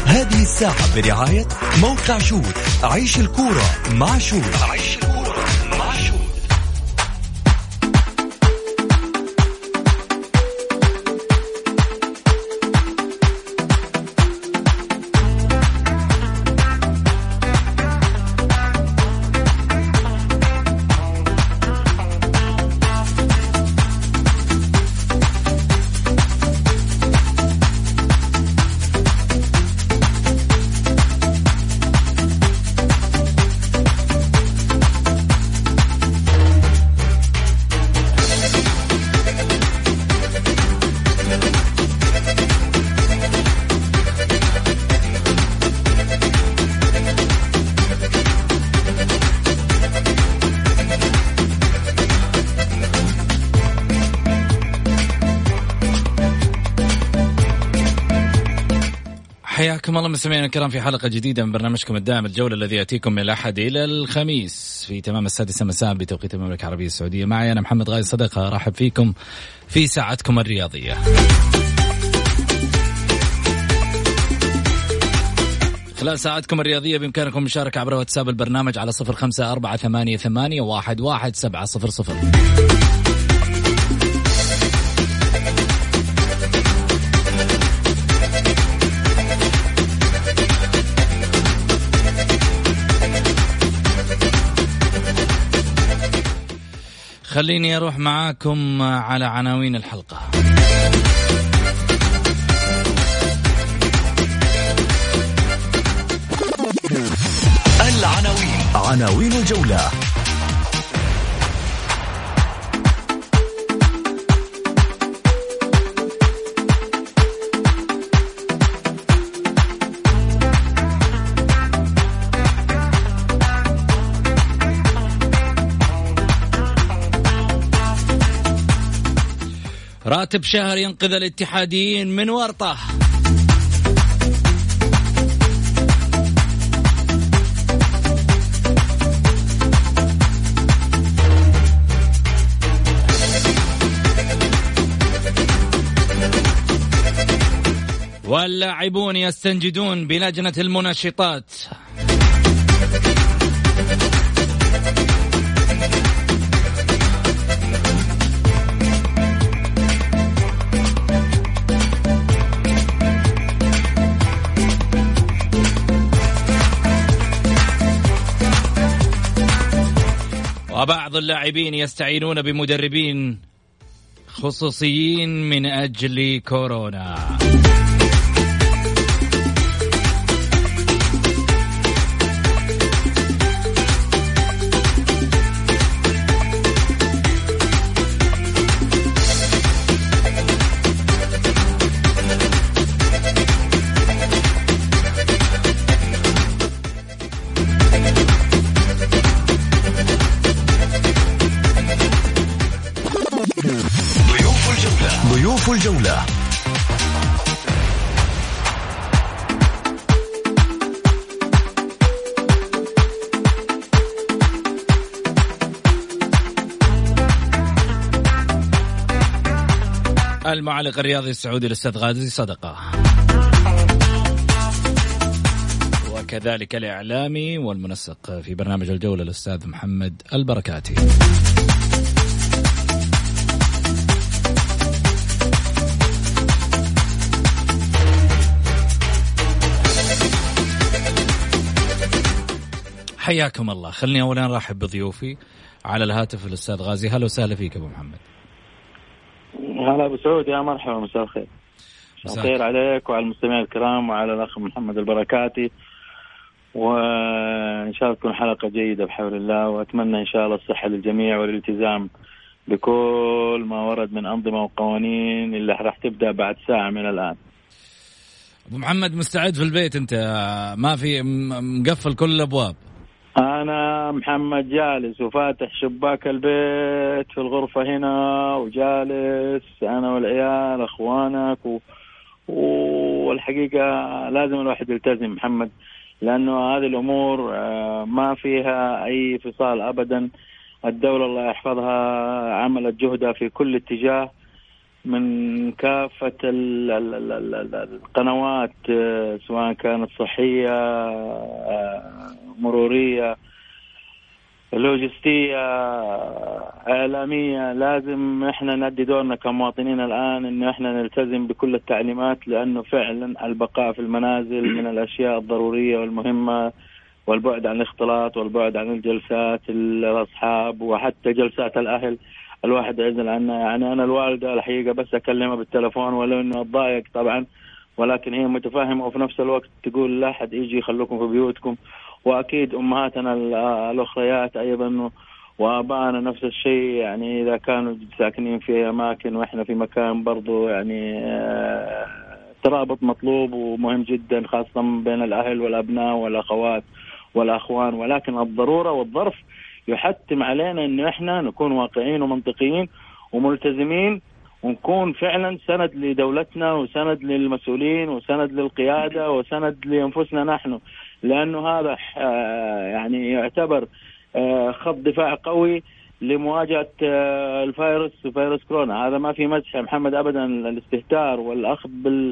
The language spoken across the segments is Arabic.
هذه الساعة برعاية موقع شوت. عيش الكورة مع شوت. حياكم الله مستمعينا الكرام في حلقة جديدة من برنامجكم الدائم الجولة الذي يأتيكم من الأحد إلى الخميس في تمام 6 مساء بتوقيت المملكة العربية السعودية. معي أنا محمد غاي صدقة، رحب فيكم في ساعتكم الرياضية. خلال ساعتكم الرياضية بإمكانكم مشاركة عبر واتساب البرنامج على 0548811700. خليني أروح معاكم على عناوين الحلقة. عناوين الجولة. راتب شهر ينقذ الاتحاديين من ورطة. واللاعبون يستنجدون بلجنة المنشطات. وبعض اللاعبين يستعينون بمدربين خصوصيين من أجل كورونا. ضيوف الجولة. المعلق الرياضي السعودي الأستاذ غازي صدقة، وكذلك الإعلامي والمنسق في برنامج الجولة الأستاذ محمد البركاتي. حياكم الله. خلني أولا أرحب بضيوفي على الهاتف الأستاذ غازي. هلا وسهلا فيك أبو محمد. هلا أبو سعود، يا مرحبا، مساء الخير. مساء الخير عليك وعلى المستمعين الكرام وعلى الأخ محمد البركاتي، وإن شاء الله تكون حلقة جيدة بحول الله، وأتمنى إن شاء الله الصحة للجميع والالتزام بكل ما ورد من أنظمة وقوانين اللي راح تبدأ بعد ساعة من الآن. أبو محمد مستعد في البيت أنت؟ ما في مقفل كل الأبواب؟ أنا محمد جالس وفاتح شباك البيت في الغرفة هنا وجالس أنا والعيال أخوانك والحقيقة لازم الواحد يلتزم محمد، لأنه هذه الأمور ما فيها أي فصال أبدا. الدولة الله يحفظها عملت جهدها في كل اتجاه من كافة القنوات، سواء كانت صحية، مرورية، لوجستية، إعلامية. لازم إحنا ندي دورنا كمواطنين الآن إن إحنا نلتزم بكل التعليمات، لأنه فعلا البقاء في المنازل من الأشياء الضرورية والمهمة، والبعد عن الاختلاط والبعد عن الجلسات الأصحاب وحتى جلسات الأهل الواحد يعزل عنها. يعني أنا الوالدة الحقيقة بس أكلمها بالتلفون ولو إنه أتضايق طبعا، ولكن هي متفاهمة وفي نفس الوقت تقول لا أحد يجي يخلوكم في بيوتكم. وأكيد أمهاتنا الأخريات أيضا وآبائنا نفس الشيء، يعني إذا كانوا ساكنين في أماكن وإحنا في مكان برضو، يعني ترابط مطلوب ومهم جدا، خاصة بين الأهل والأبناء والأخوات والأخوان. ولكن الضرورة والظرف يحتم علينا إنه إحنا نكون واقعيين ومنطقيين وملتزمين، ونكون فعلا سند لدولتنا وسند للمسؤولين وسند للقيادة وسند لأنفسنا نحن، لأنه هذا يعني يعتبر خط دفاع قوي لمواجهة فيروس كورونا. هذا ما في مزح يا محمد أبدا، الاستهتار والأخذ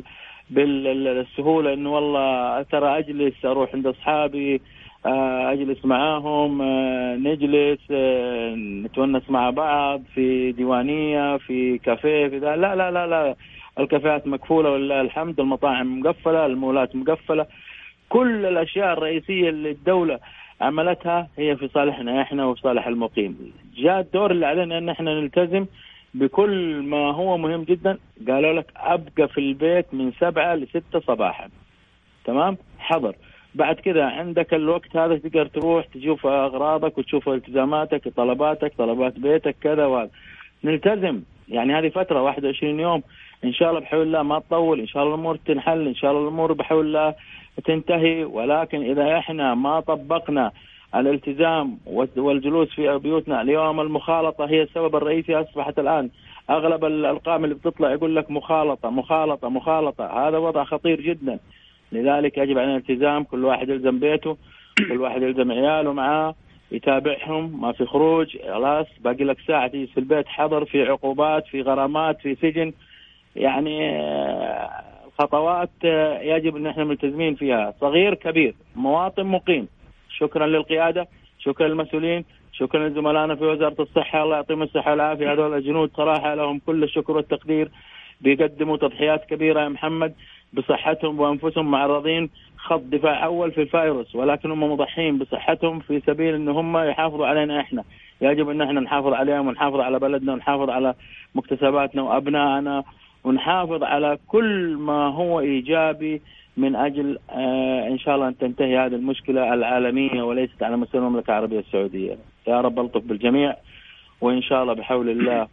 بالسهولة إنه والله ترى أجلس أروح عند أصحابي، أجلس معاهم، نجلس نتونس مع بعض في ديوانية في كافيه في ذا. لا لا لا لا، الكافيهات مقفولة ولله الحمد، المطاعم مقفلة، المولات مقفلة. كل الأشياء الرئيسية اللي الدولة عملتها هي في صالحنا إحنا وفي صالح المقيم. جاء الدور اللي علينا إن إحنا نلتزم بكل ما هو مهم جدا. قالوا لك أبقى في البيت من 7 ل 6 صباحا، تمام، حضر. بعد كده عندك الوقت هذا تقدر تروح تشوف أغراضك وتشوف التزاماتك، طلباتك، طلبات بيتك، كذا وهذا. نلتزم، يعني هذه فترة 21 يوم إن شاء الله بحول الله ما تطول، إن شاء الله الأمور تنحل، إن شاء الله الأمور بحول الله تنتهي. ولكن إذا إحنا ما طبقنا الالتزام والجلوس في بيوتنا اليوم، المخالطة هي السبب الرئيسي. أصبحت الآن أغلب الأرقام اللي بتطلع يقول لك مخالطة مخالطة مخالطة، هذا وضع خطير جدا. لذلك يجب علينا الالتزام، كل واحد يلزم بيته، كل واحد يلزم عياله معاه، يتابعهم، ما في خروج، خلاص باقي لك ساعة تجلس في البيت، حضر، في عقوبات، في غرامات، في سجن. يعني الخطوات يجب أن احنا ملتزمين فيها، صغير كبير، مواطن مقيم. شكرا للقيادة، شكرا للمسؤولين، شكرا لزملائنا في وزارة الصحة، الله يعطيهم الصحة والعافية. هذول الجنود صراحة لهم كل الشكر والتقدير، بيقدموا تضحيات كبيرة يا محمد بصحتهم وأنفسهم، معرضين خط دفاع أول في الفيروس، ولكن هم مضحين بصحتهم في سبيل أن هم يحافظوا علينا إحنا. يجب أن احنا نحافظ عليهم ونحافظ على بلدنا ونحافظ على مكتسباتنا وأبنائنا ونحافظ على كل ما هو إيجابي من أجل إن شاء الله أن تنتهي هذه المشكلة العالمية وليست على مستوى المملكة العربية السعودية. يا رب ألطف بالجميع، وإن شاء الله بحول الله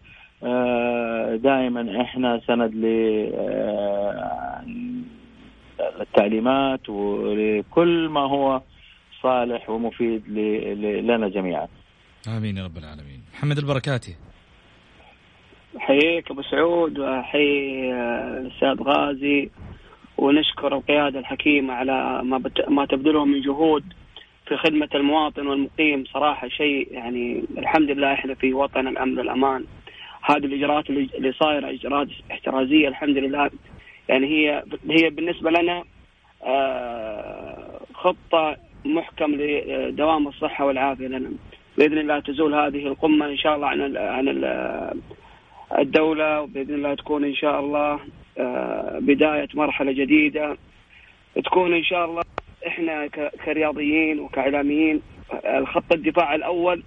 دائما إحنا سند للتعليمات ولكل ما هو صالح ومفيد لنا جميعا. آمين يا رب العالمين. محمد البركاتي. حييك أبو سعود وحي الأستاذ غازي، ونشكر القيادة الحكيمة على ما تبذله من جهود في خدمة المواطن والمقيم. صراحة شيء يعني الحمد لله إحنا في وطن الأمن والأمان. هذه الإجراءات اللي صايرة إجراءات احترازية الحمد لله، يعني هي بالنسبة لنا خطة محكم لدوام الصحة والعافية لنا. بإذن الله تزول هذه القمة إن شاء الله عن الدولة، وبإذن الله تكون إن شاء الله بداية مرحلة جديدة، تكون إن شاء الله إحنا كرياضيين وكإعلاميين الخط الدفاع الأول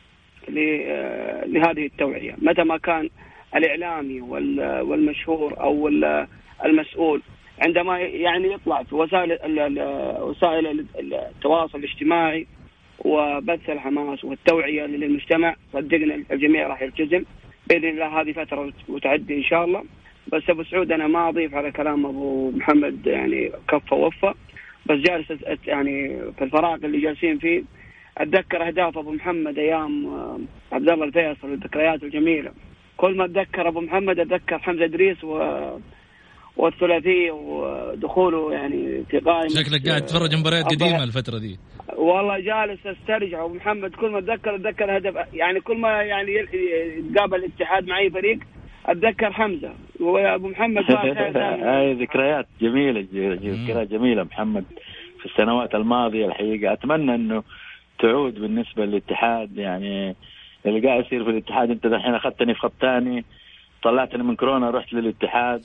لهذه التوعية. متى ما كان الإعلامي والمشهور أو المسؤول عندما يعني يطلع في وسائل التواصل الاجتماعي وبث الحماس والتوعية للمجتمع، صدقنا الجميع راح يلتزم بإذن الله. هذه فترة متعدة إن شاء الله. بس أبو سعود أنا ما أضيف على كلام أبو محمد، يعني كفى ووفى، بس جالس يعني في الفراغ اللي جالسين فيه أتذكر أهداف أبو محمد أيام عبد الله الفيصل والذكريات الجميلة. كل ما أتذكر أبو محمد أتذكر حمزة إدريس والثلاثية ودخوله يعني في قائمة. شكلك قاعد تتفرج مباريات قديمة الفترة دي. والله جالس أسترجع أبو محمد، كل ما أتذكر هدف، يعني كل ما يعني يتقابل الاتحاد مع أي فريق اتذكر حمزه وابو محمد. هاي ذكريات جميله، ذكريات جميله محمد في السنوات الماضيه. الحقيقه اتمنى انه تعود بالنسبه للاتحاد، يعني اللي قاعد يصير في الاتحاد. انت الحين اخذتني في خط ثاني، طلعتني من كورونا رحت للاتحاد.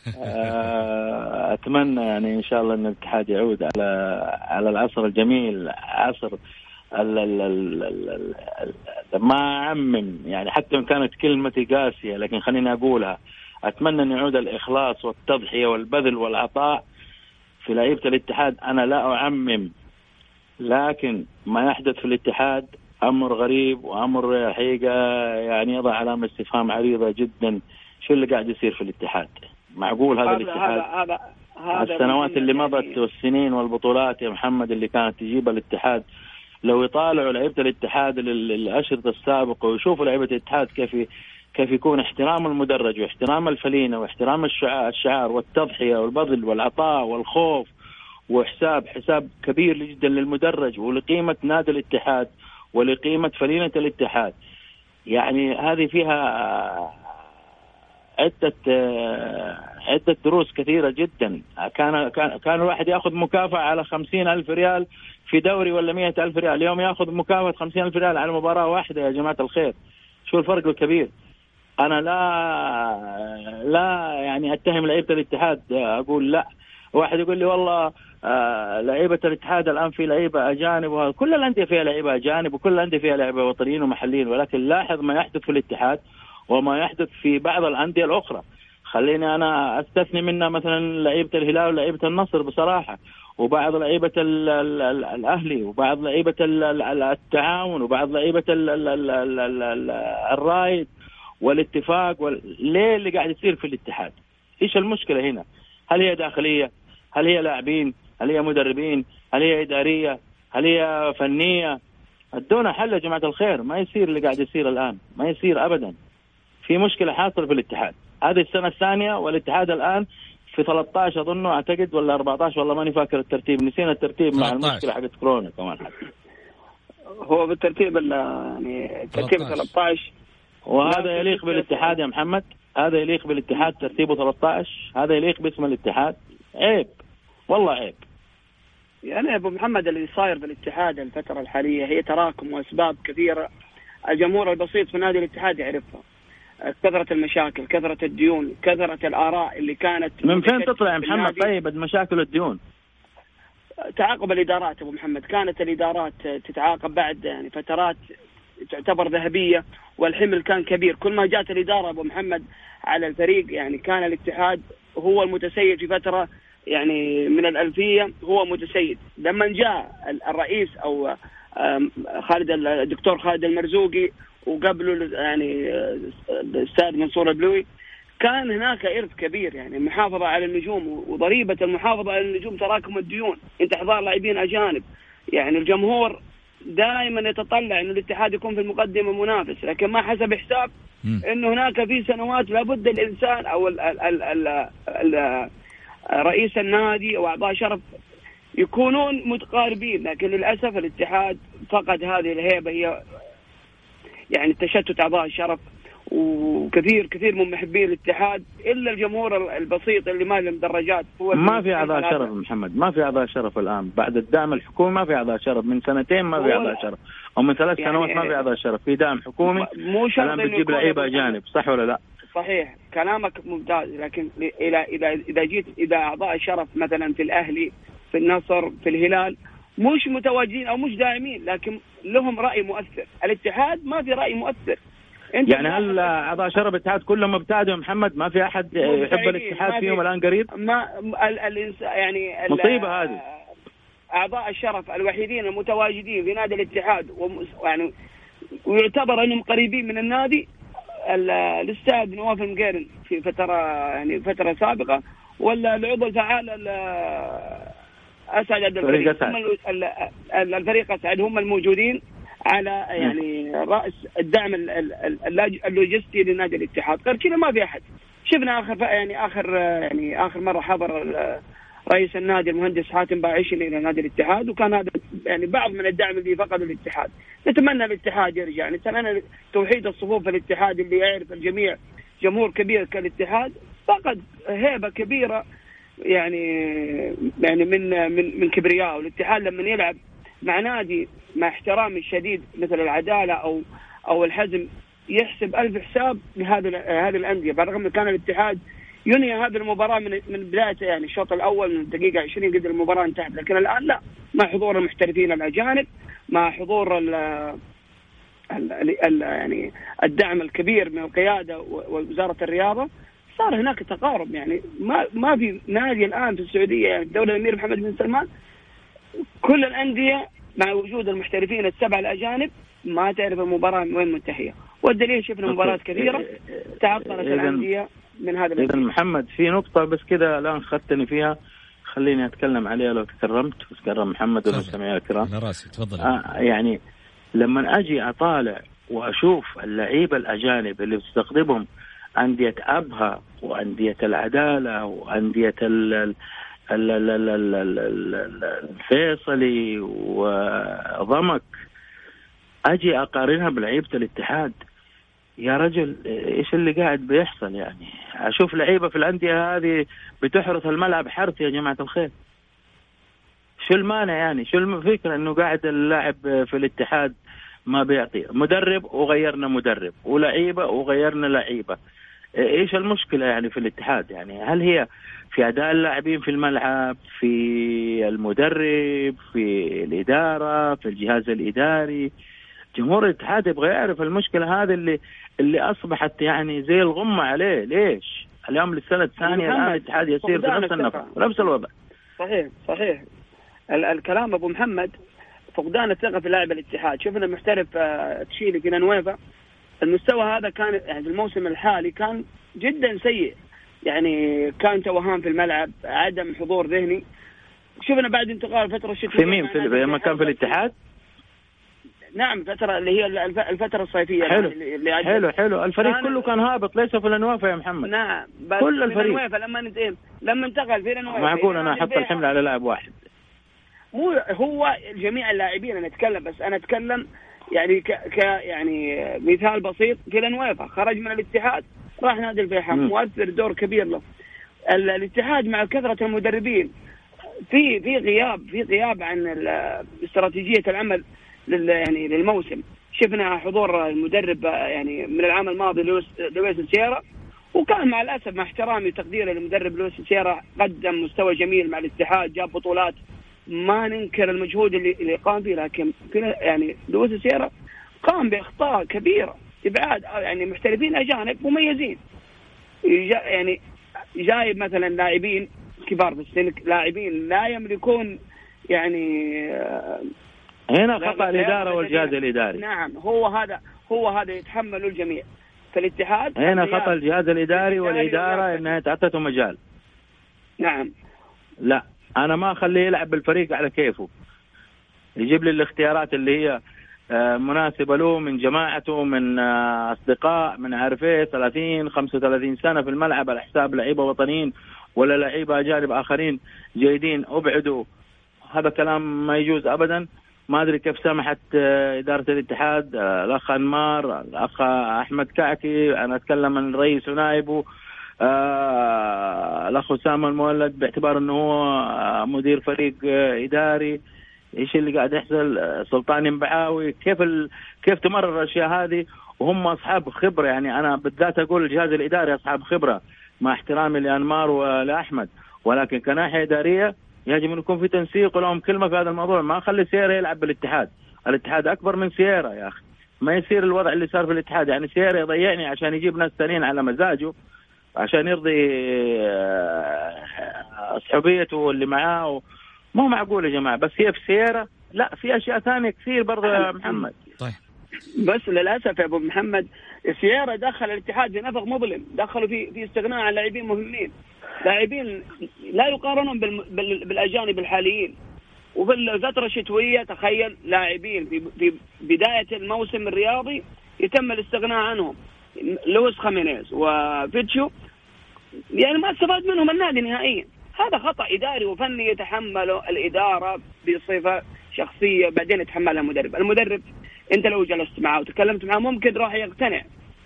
اتمنى يعني ان شاء الله ان الاتحاد يعود على العصر الجميل، عصر ما أعمم يعني، حتى إن كانت كلمتي قاسية لكن خليني أقولها. أتمنى أن يعود الإخلاص والتضحية والبذل والعطاء في لعيبة الاتحاد. أنا لا أعمم، لكن ما يحدث في الاتحاد أمر غريب وأمر حقيقة يعني يضع علامة استفهام عريضة جدا. شو اللي قاعد يصير في الاتحاد؟ معقول هذا الاتحاد السنوات اللي مضت والسنين والبطولات يا محمد اللي كانت تجيب الاتحاد، لو يطالعوا لعيبة الاتحاد الأشرطة السابقة ويشوفوا لعيبة الاتحاد كيف يكون احترام المدرج واحترام الفلينة واحترام الشعار والتضحية والبذل والعطاء والخوف، حساب كبير جدا للمدرج ولقيمة نادي الاتحاد ولقيمة فلينة الاتحاد. يعني هذه فيها عدة دروس كثيرة جدا. كان الواحد يأخذ مكافأة على 50,000 ريال في دوري ولا 100,000 ريال، اليوم يأخذ مكافأة 50,000 ريال على مباراة واحدة. يا جماعة الخير، شو الفرق الكبير؟ أنا لا يعني أتهم لعيبة الاتحاد، أقول لا. واحد يقول لي والله لعيبة الاتحاد الآن في لعيبة أجانب، وكل الأندية فيها لعيبة أجانب وكل الأندية فيها لعيبة وطنيين ومحليين، ولكن لاحظ ما يحدث في الاتحاد وما يحدث في بعض الأندية الأخرى. خليني أنا أستثني منها مثلا لعيبة الهلال ولعيبة النصر بصراحة، وبعض لعيبة الأهلي وبعض لعيبة التعاون وبعض لعيبة الرايد والاتفاق ليه اللي قاعد يصير في الاتحاد؟ إيش المشكلة هنا؟ هل هي داخلية؟ هل هي لاعبين؟ هل هي مدربين؟ هل هي إدارية؟ هل هي فنية؟ ادونا حل يا جماعة الخير. ما يصير اللي قاعد يصير الآن، ما يصير أبدا. في مشكلة حاصلة في الاتحاد. هذه السنة الثانية والاتحاد الآن في 13 أظنه أعتقد ولا 14 والله ماني فاكر الترتيب، نسينا الترتيب مع المشكلة حقت كورونا كمان حتى. هو بالترتيب يعني ترتيب 13، وهذا يليق بالاتحاد يا محمد، هذا يليق بالاتحاد ترتيبه 13، هذا يليق باسم الاتحاد. عيب والله عيب. يعني أبو محمد اللي صاير بالاتحاد الفترة الحالية هي تراكم وأسباب كثيرة الجمهور البسيط في نادي الاتحاد يعرفها. كثرة المشاكل، كثرة الديون، كثرة الآراء اللي كانت من فين تطلع يا محمد؟ طيب المشاكل والديون، تعاقب الإدارات أبو محمد. كانت الإدارات تتعاقب بعد يعني فترات تعتبر ذهبية والحمل كان كبير. كل ما جاءت الإدارة أبو محمد على الفريق يعني كان الاتحاد هو المتسيد في فترة يعني من الألفية، هو متسيد. لما جاء الرئيس أو الدكتور خالد المرزوقي وقبله يعني الأستاذ منصور البلوي، كان هناك إرث كبير يعني المحافظة على النجوم وضريبة المحافظة على النجوم تراكم الديون، انتحضار لاعبين أجانب. يعني الجمهور دائما يتطلع إنه الاتحاد يكون في المقدمة منافس، لكن ما حسب حساب إنه هناك في سنوات لابد الإنسان أو رئيس النادي أو أعضاء شرف يكونون متقاربين. لكن للأسف الاتحاد فقد هذه الهيبة، هي يعني تشتت أعضاء الشرف، وكثير من محبين الاتحاد إلا الجمهور البسيط اللي ما له مدرجات. ما في أعضاء شرف محمد، ما في أعضاء شرف الآن بعد الدعم الحكومي. ما في أعضاء شرف من سنتين، ما في أعضاء شرف، أو من 3 سنوات ما في أعضاء شرف. في دعم حكومي الآن بتجيب لعيبة أجانب، صح ولا لا؟ صحيح كلامك ممتاز، لكن إذا جيت إذا أعضاء الشرف مثلا في الأهلي في النصر في الهلال مش متواجدين أو مش داعمين لكن لهم رأي مؤثر، الاتحاد ما في رأي مؤثر. يعني هل أعضاء شرف الاتحاد كلهم ابتعدوا يا محمد؟ ما في أحد يحب الاتحاد فيهم الآن قريب؟ ما يعني مصيبة هذه. أعضاء الشرف الوحيدين المتواجدين في نادي الاتحاد يعني ويعتبر أنهم قريبين من النادي الأستاذ نواف المقيرن في فترة سابقة، ولا العضو الفعال أسعد عبد الفريق أسعد هم الموجودين على يعني رأس الدعم اللوجستي لنادي الاتحاد. غير كذا ما في أحد. شفنا آخر مرة حضر رئيس النادي المهندس حاتم باعشي إلى نادي الاتحاد، وكان هذا يعني بعض من الدعم اللي فقده الاتحاد. نتمنى الاتحاد يرجع، نتمنى توحيد الصفوف في الاتحاد اللي يعرف الجميع جمهور كبير كالاتحاد فقد هيبة كبيرة يعني من كبرياء. والاتحاد لما يلعب مع نادي مع احترامي الشديد مثل العدالة أو الحزم يحسب 1000 حساب لهذه الأندية، بالرغم كان الاتحاد ينهي هذه المباراة من بداية يعني الشوط الأول من الدقيقة 20 قد المباراة انتهت، لكن الآن لا، مع حضور المحترفين الأجانب، مع حضور يعني الدعم الكبير من القيادة ووزارة الرياضة، صار هناك تقارب. يعني ما في نادي الآن في السعودية، يعني الدولة الأمير محمد بن سلمان كل الأندية مع وجود المحترفين السبع الأجانب ما تعرف المباراة وين منتهية، والدليل شفنا مباريات كثيرة تعطلت الأندية من هذا الأندية. إذن محمد في نقطة بس كده الآن خدتني فيها، خليني أتكلم عليها لو تكرمت، وتكرم محمد والمستمعين الكرام. على راسي تفضل. يعني لما أجي أطالع وأشوف اللعيبة الأجانب اللي بتستقطبهم أندية أبها وأندية العدالة وأندية الفيصلي وضمك، أجي أقارنها بلعيبة الاتحاد، يا رجل إيش اللي قاعد بيحصل؟ يعني أشوف لعيبة في الأندية هذه بتحرث الملعب حرث يا جماعة الخير. شو المانع يعني؟ شو الفكرة إنه قاعد اللاعب في الاتحاد ما بيعطي مدرب وغيرنا مدرب ولعيبة وغيرنا لعيبة؟ إيش المشكلة يعني في الاتحاد؟ يعني هل هي في أداء اللاعبين في الملعب، في المدرب، في الإدارة، في الجهاز الإداري؟ جمهور الاتحاد يبغى يعرف المشكلة هذه اللي أصبحت يعني زي الغمة عليه. ليش اليوم للسنة الثانية الآن الاتحاد يصير في نفس النفق ونفس الوضع؟ صحيح الكلام أبو محمد، فقدان الثقة في لاعب الاتحاد. شفنا محترف تشيلي فيلانويفا، المستوى هذا كان يعني الموسم الحالي كان جدا سيء، يعني كان توهان في الملعب، عدم حضور ذهني. شفنا بعد انتقال فترة الشتوية في مين في مكان في الاتحاد؟ نعم، فترة اللي هي الفترة الصيفية. حلو الفريق كله كان هابط، ليس فيلانويفا يا محمد. نعم، بس كل الفريق لما انتقل فيلانويفا معقول انا احط الحمل على لاعب واحد؟ مو هو جميع اللاعبين انا اتكلم، بس انا اتكلم يعني يعني مثال بسيط، فيلانويفا خرج من الاتحاد راح نادي الفيحاء، مؤثر دور كبير له. الاتحاد مع كثرة المدربين في غياب عن استراتيجية العمل يعني للموسم. شفنا حضور المدرب يعني من العام الماضي لويس سيارة، وكان مع الأسف مع احترامي وتقديري للمدرب لويس سيارة قدم مستوى جميل مع الاتحاد، جاب بطولات، ما ننكر المجهود اللي قام فيه، لكن يعني لويس سيارة قام بأخطاء كبيرة، إبعاد يعني محترفين أجانب مميزين، يعني جايب مثلا لاعبين كبار في السن، لاعبين لا يملكون يعني هنا خطأ الإدارة والجهاز الإداري. نعم، هو هذا يتحمله الجميع في الاتحاد. هنا خطأ الجهاز الإداري والإدارة إنها تعطته مجال. نعم، لا أنا ما أخليه يلعب بالفريق على كيفه، يجيب لي الاختيارات اللي هي مناسبة له من جماعته، من أصدقاء، من عارفيه 30-35 سنة في الملعب على حساب لعيبة وطنيين ولا لعيبة أجانب آخرين جيدين. أبعدوا، هذا كلام ما يجوز أبدا. ما أدري كيف سمحت إدارة الاتحاد، الأخ أنمار، الأخ أحمد كعكي، أنا أتكلم عن رئيس ونائبه، الأخ أسامة المولد، باعتبار أنه هو مدير فريق إداري. إيش اللي قاعد يحصل؟ سلطان ينبعاوي، كيف تمرر الأشياء هذه وهم أصحاب خبرة؟ يعني أنا بالذات أقول الجهاز الإداري أصحاب خبرة، مع احترامي لأنمار ولأحمد، ولكن كناحية إدارية يجب أن يكون في تنسيق ولهم كلمة في هذا الموضوع. ما أخلي سيارة يلعب بالاتحاد، الاتحاد أكبر من سيارة يا أخي. ما يصير الوضع اللي صار في الاتحاد، يعني سيارة يضيعني عشان يجيب ناس ثانيين على مزاجه عشان يرضي أصحابيته اللي معاه. مو معقول يا جماعة. بس هي في سيارة، لا في أشياء ثانية كثير برضه يا محمد. طيب بس للأسف يا أبو محمد السيارة دخل الاتحاد في نفق مظلم، دخلوا في استغناء عن لاعبين مهمين، لاعبين لا يقارنون بالأجانب الحاليين. وفي الفترة الشتوية تخيل لاعبين في بداية الموسم الرياضي يتم الاستغناء عنهم، لويس خامينيز وفيتشو، يعني ما استفاد منهم النادي نهائيا. هذا خطأ إداري وفني يتحمله الإدارة بصفة شخصية، بعدين يتحملها المدرب. أنت لو جلست معه وتكلمت معه ممكن راح يقتنع،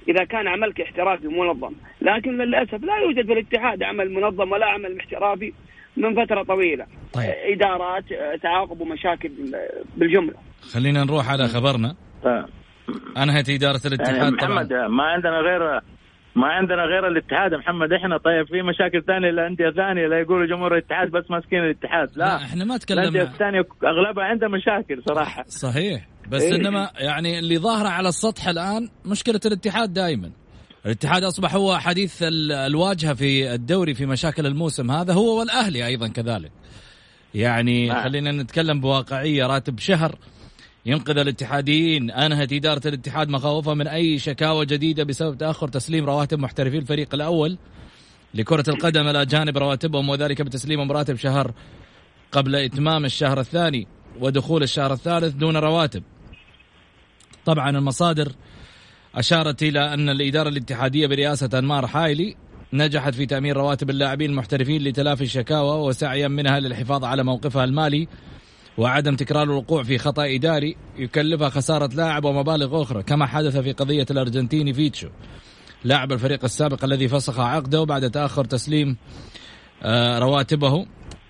إذا كان عملك احترافي منظم. لكن للأسف لا يوجد في الاتحاد عمل منظم ولا عمل احترافي من فترة طويلة. طيب. إدارات تعاقب ومشاكل بالجملة. خلينا نروح على خبرنا. أنهت إدارة الاتحاد محمد طبعا. ما عندنا غير الاتحاد محمد. احنا طيب في مشاكل ثانيه لأندية ثانيه، لا يقولوا جمهور الاتحاد بس ماسكين الاتحاد. لا احنا ما تكلمنا. الأندية الثانيه اغلبها عندها مشاكل صراحه. صحيح، بس انما يعني اللي ظاهره على السطح الان مشكله الاتحاد. دائما الاتحاد اصبح هو حديث الواجهه في الدوري في مشاكل الموسم هذا، هو والاهلي ايضا كذلك. يعني خلينا نتكلم بواقعيه. راتب شهر ينقذ الاتحاديين. أنهت إدارة الاتحاد مخاوفها من أي شكاوى جديدة بسبب تأخر تسليم رواتب محترفي الفريق الأول لكرة القدم الأجانب رواتبهم، وذلك بتسليمهم راتب شهر قبل إتمام الشهر الثاني ودخول الشهر الثالث دون رواتب. طبعا المصادر أشارت إلى أن الإدارة الاتحادية برئاسة أنمار حايلي نجحت في تأمين رواتب اللاعبين المحترفين لتلافي الشكاوى وسعيا منها للحفاظ على موقفها المالي وعدم تكرار الوقوع في خطأ إداري يكلفها خسارة لاعب ومبالغ أخرى، كما حدث في قضية الأرجنتيني فيتشو لاعب الفريق السابق الذي فسخ عقده بعد تأخر تسليم رواتبه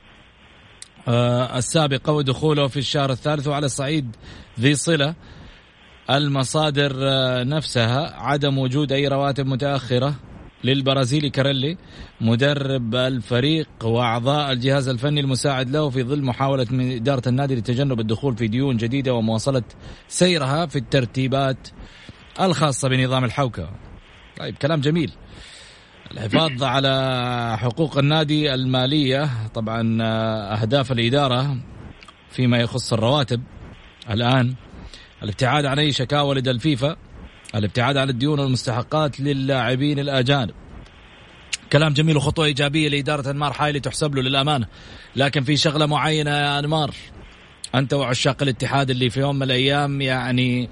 السابقة ودخوله في الشهر الثالث. وعلى الصعيد ذي صلة المصادر نفسها عدم وجود أي رواتب متأخرة للبرازيلي كاريلي مدرب الفريق وأعضاء الجهاز الفني المساعد له في ظل محاولة من إدارة النادي لتجنب الدخول في ديون جديدة ومواصلة سيرها في الترتيبات الخاصة بنظام الحوكة. طيب كلام جميل. الحفاظ على حقوق النادي المالية طبعا أهداف الإدارة فيما يخص الرواتب الآن الابتعاد عن أي شكاوى لدى الفيفا، الابتعاد عن الديون والمستحقات للاعبين الأجانب. كلام جميل وخطوة إيجابية لإدارة أنمار حايلي تحسب له للأمانة. لكن في شغلة معينة يا أنمار، أنت وعشاق الاتحاد اللي في يوم من الأيام يعني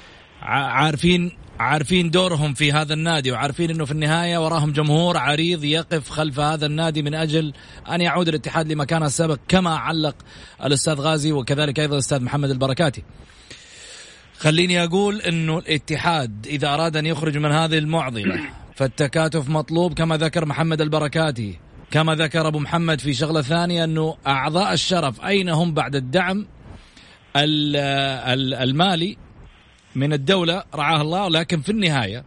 عارفين دورهم في هذا النادي، وعارفين أنه في النهاية وراهم جمهور عريض يقف خلف هذا النادي من أجل أن يعود الاتحاد لمكانه السابق، كما علق الأستاذ غازي وكذلك أيضا الأستاذ محمد البركاتي. خليني أقول أنه الاتحاد إذا أراد أن يخرج من هذه المعضلة فالتكاتف مطلوب، كما ذكر محمد البركاتي، كما ذكر أبو محمد في شغلة ثانية أنه أعضاء الشرف أين هم بعد الدعم المالي من الدولة رعاه الله. لكن في النهاية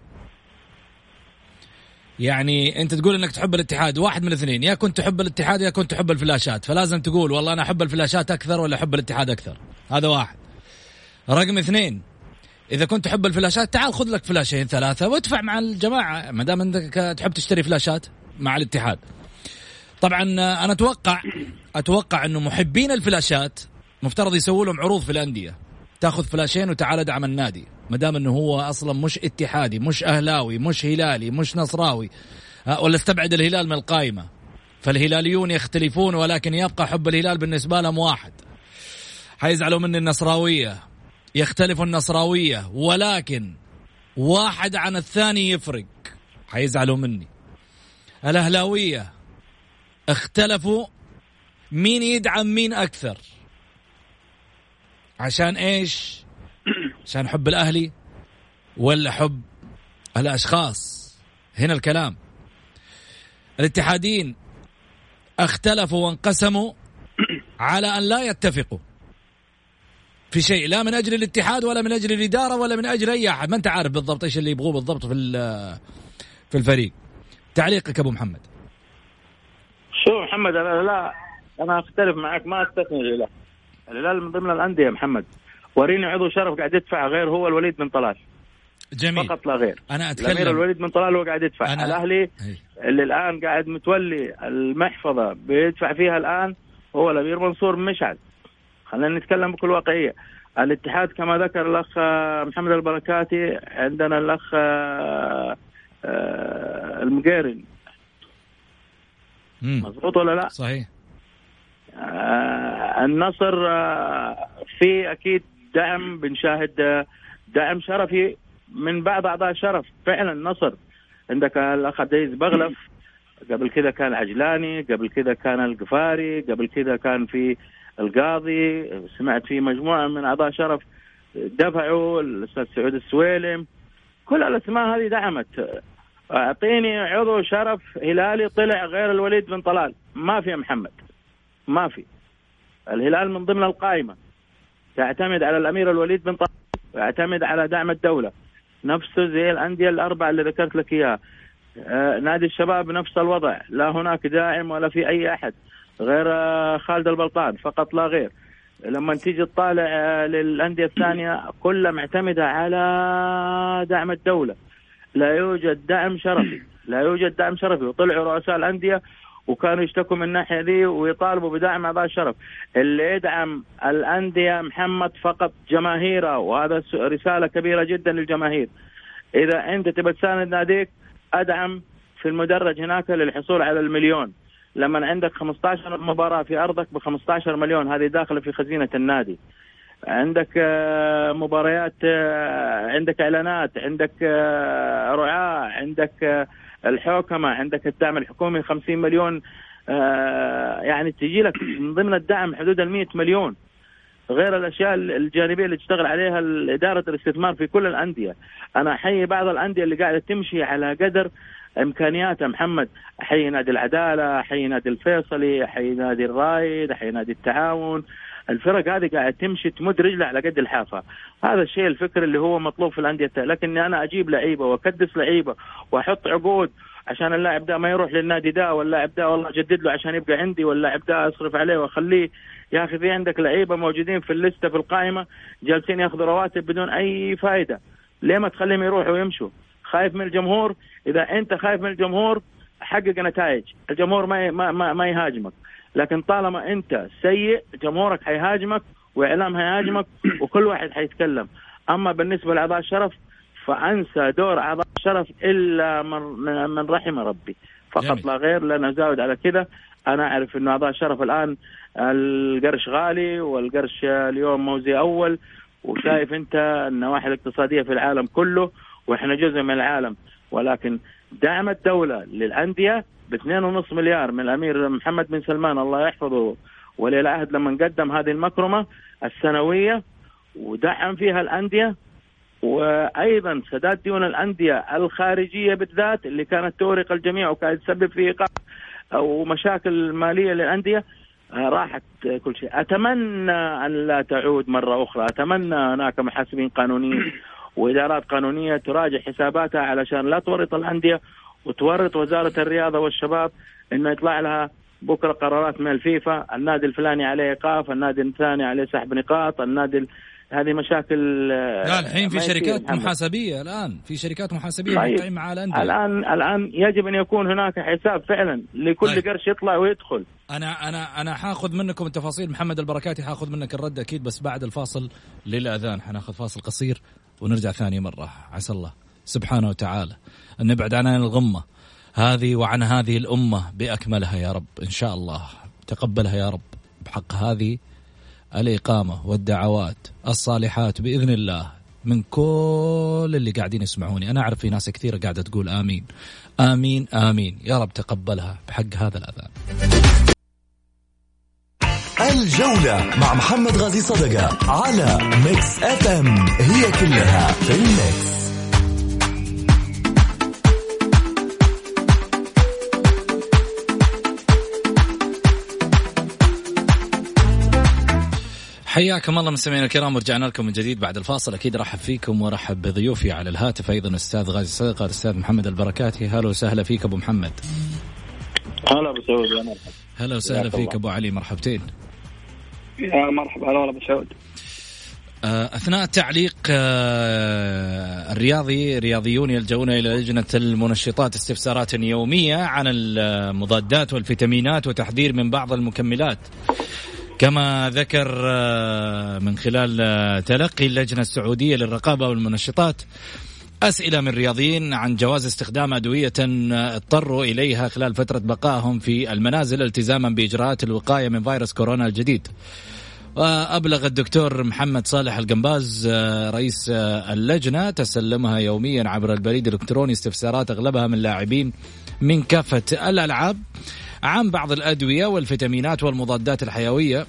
يعني أنت تقول أنك تحب الاتحاد، واحد من الاثنين، يا كنت تحب الاتحاد يا كنت تحب الفلاشات، فلازم تقول والله أنا أحب الفلاشات أكثر ولا أحب الاتحاد أكثر. هذا واحد. رقم اثنين، إذا كنت تحب الفلاشات تعال خذ لك فلاشين ثلاثة وادفع مع الجماعة ما دام أنك تحب تشتري فلاشات مع الاتحاد. طبعا أنا أتوقع أنه محبين الفلاشات مفترض يسووا لهم عروض في الأندية، تأخذ فلاشين وتعال ادعم النادي، ما دام أنه هو أصلا مش اتحادي مش أهلاوي مش هلالي مش نصراوي، ولا استبعد الهلال من القائمة. فالهلاليون يختلفون ولكن يبقى حب الهلال بالنسبة لهم واحد. حيزعلوا مني النصراوية، يختلف النصراوية ولكن واحد عن الثاني يفرق، حيزعلوا مني. الأهلاوية اختلفوا مين يدعم مين أكثر، عشان إيش؟ عشان حب الأهلي ولا حب الأشخاص؟ هنا الكلام. الاتحادين اختلفوا وانقسموا على أن لا يتفقوا في شيء، لا من أجل الاتحاد ولا من أجل الإدارة ولا من أجل أي أحد. ما أنت عارف بالضبط إيش اللي يبغوه بالضبط في الفريق. تعليقك أبو محمد؟ شو محمد، أنا أختلف معك، ما أستثني الهلال. الهلال من ضمن الأندية محمد. وريني عضو شرف قاعد يدفع غير هو الوليد بن طلال. جميل. فقط لا غير. أنا أتكلم الوليد بن طلال هو قاعد يدفع. الأهلي اللي الآن قاعد متولي المحفظة بيدفع فيها الآن هو الأمير منصور مشعل. خلينا نتكلم بكل واقعية. الاتحاد كما ذكر الأخ محمد البركاتي، عندنا الأخ المقيرن. مضبوط ولا لا؟ صحيح. النصر في أكيد دعم، بنشاهد دعم شرفي من بعض أعضاء الشرف. فعلا النصر عندك الأخ عبدالعزيز بغلف، قبل كده كان عجلاني، قبل كده كان القفاري، قبل كده كان في القاضي، سمعت في مجموعة من أعضاء شرف دفعوا، الأستاذ سعود السويلم. كل الأسماء هذه دعمت. أعطيني عضو شرف هلالي طلع غير الوليد بن طلال، ما في يا محمد، ما في. الهلال من ضمن القائمة، تعتمد على الأمير الوليد بن طلال ويعتمد على دعم الدولة، نفسه زي الأندية الأربعة اللي ذكرت لك إياها. نادي الشباب نفس الوضع، لا هناك داعم ولا في أي أحد غير خالد البلطان فقط لا غير. لما تيجي تطالع للأندية الثانية كلها معتمدة على دعم الدولة، لا يوجد دعم شرفي، لا يوجد دعم شرفي. وطلعوا رؤساء الأندية وكانوا يشتكوا من الناحية دي ويطالبوا بدعم أعضاء الشرف. اللي يدعم الأندية محمد فقط جماهيره، وهذا رسالة كبيرة جدا للجماهير. إذا أنت تبى تساند ناديك أدعم في المدرج هناك للحصول على المليون. لما عندك 15 مباراة في أرضك ب15 مليون، هذه داخلة في خزينة النادي. عندك مباريات، عندك إعلانات، عندك رعاة، عندك الحوكمة، عندك الدعم الحكومي 50 مليون، يعني تجي لك من ضمن الدعم حدود 100 مليون، غير الأشياء الجانبية اللي تشتغل عليها إدارة الاستثمار في كل الأندية. أنا أحيي بعض الأندية اللي قاعدة تمشي على قدر إمكانياتها محمد، أحيي نادي العدالة، أحيي نادي الفيصلي، أحيي نادي الرايد، أحيي نادي التعاون. الفرق هذه قاعدة تمشي تمد رجلها على قد الحافة. هذا الشيء الفكر اللي هو مطلوب في الأندية. لكني أنا أجيب لعيبة وأكدس لعيبة وأحط عقود عشان اللاعب ده ما يروح للنادي ده، واللاعب ده والله أجدد له عشان يبقى عندي، واللاعب ده أصرف عليه وأخليه. يا أخي في عندك لعيبة موجودين في الليستة في القائمة جالسين يأخذوا رواتب بدون أي فائدة، ليه ما تخليهم يروحوا ويمشوا؟ خايف من الجمهور؟ إذا أنت خايف من الجمهور حقق نتائج، الجمهور ما يهاجمك. لكن طالما أنت سيء جمهورك حيهاجمك وإعلام هيهاجمك وكل واحد حيتكلم. أما بالنسبة لأعضاء الشرف فأنسى دور أعضاء الشرف إلا من رحم ربي فقط جميل. لا غير. لا نزاود على كده. أنا أعرف إنه أعضاء الشرف الآن القرش غالي، والقرش اليوم موزي أول، وشايف أنت النواحي الاقتصادية في العالم كله وإحنا جزء من العالم. ولكن دعم الدولة للأندية ب2.5 مليار من الأمير محمد بن سلمان الله يحفظه ولي العهد لما قدم هذه المكرمة السنوية ودعم فيها الأندية، وأيضا سداد ديون الأندية الخارجية بالذات اللي كانت تورق الجميع وكانت تسبب في إيقاف أو مشاكل مالية للأندية، راحت كل شيء. أتمنى أن لا تعود مرة أخرى. أتمنى هناك محاسبين قانونيين وإدارات قانونية تراجع حساباتها علشان لا تورط الأندية وتورط وزارة الرياضة والشباب إنه يطلع لها بكرة قرارات من الفيفا، النادي الفلاني عليه إيقاف، النادي الثاني عليه سحب نقاط، النادي هذه مشاكل. لا الحين في شركات محاسبية، الآن في شركات محاسبية موقعين مع الأندية. الآن يجب أن يكون هناك حساب فعلا لكل قرش يطلع ويدخل. أنا حاخذ منكم التفاصيل. محمد البركاتي حاخذ منك الرد أكيد، بس بعد الفاصل للأذان حناخذ فاصل قصير ونرجع ثاني مرة. عسى الله سبحانه وتعالى أن نبعد عن الغمة هذه وعن هذه الأمة بأكملها يا رب إن شاء الله. تقبلها يا رب بحق هذه الإقامة والدعوات الصالحات بإذن الله من كل اللي قاعدين يسمعوني. أنا أعرف في ناس كثيرة قاعدة تقول آمين آمين آمين. يا رب تقبلها بحق هذا الأذان. الجولة مع محمد غازي صدقة على ميكس اف ام، هي كلها في الميكس. حياكم الله مستمعينا الكرام، ورجعنا لكم من جديد بعد الفاصل. أكيد رحب فيكم ورحب بضيوفي على الهاتف أيضا أستاذ غازي صدقة، الأستاذ محمد البركاتي. هلا وسهلا فيك أبو محمد. هلا أبو سعود. هلا وسهلا فيك أبو علي، مرحبتين. يا مرحبا. هلا أبو سعود. أثناء تعليق رياضيون يلجؤون إلى لجنة المنشطات استفسارات يومية عن المضادات والفيتامينات وتحذير من بعض المكملات، كما ذكر من خلال تلقي اللجنة السعودية للرقابة والمنشطات أسئلة من رياضيين عن جواز استخدام أدوية اضطروا إليها خلال فترة بقائهم في المنازل التزاما بإجراءات الوقاية من فيروس كورونا الجديد. وأبلغ الدكتور محمد صالح القنباز رئيس اللجنة تسلمها يوميا عبر البريد الإلكتروني استفسارات أغلبها من لاعبين من كافة الألعاب عن بعض الأدوية والفيتامينات والمضادات الحيوية.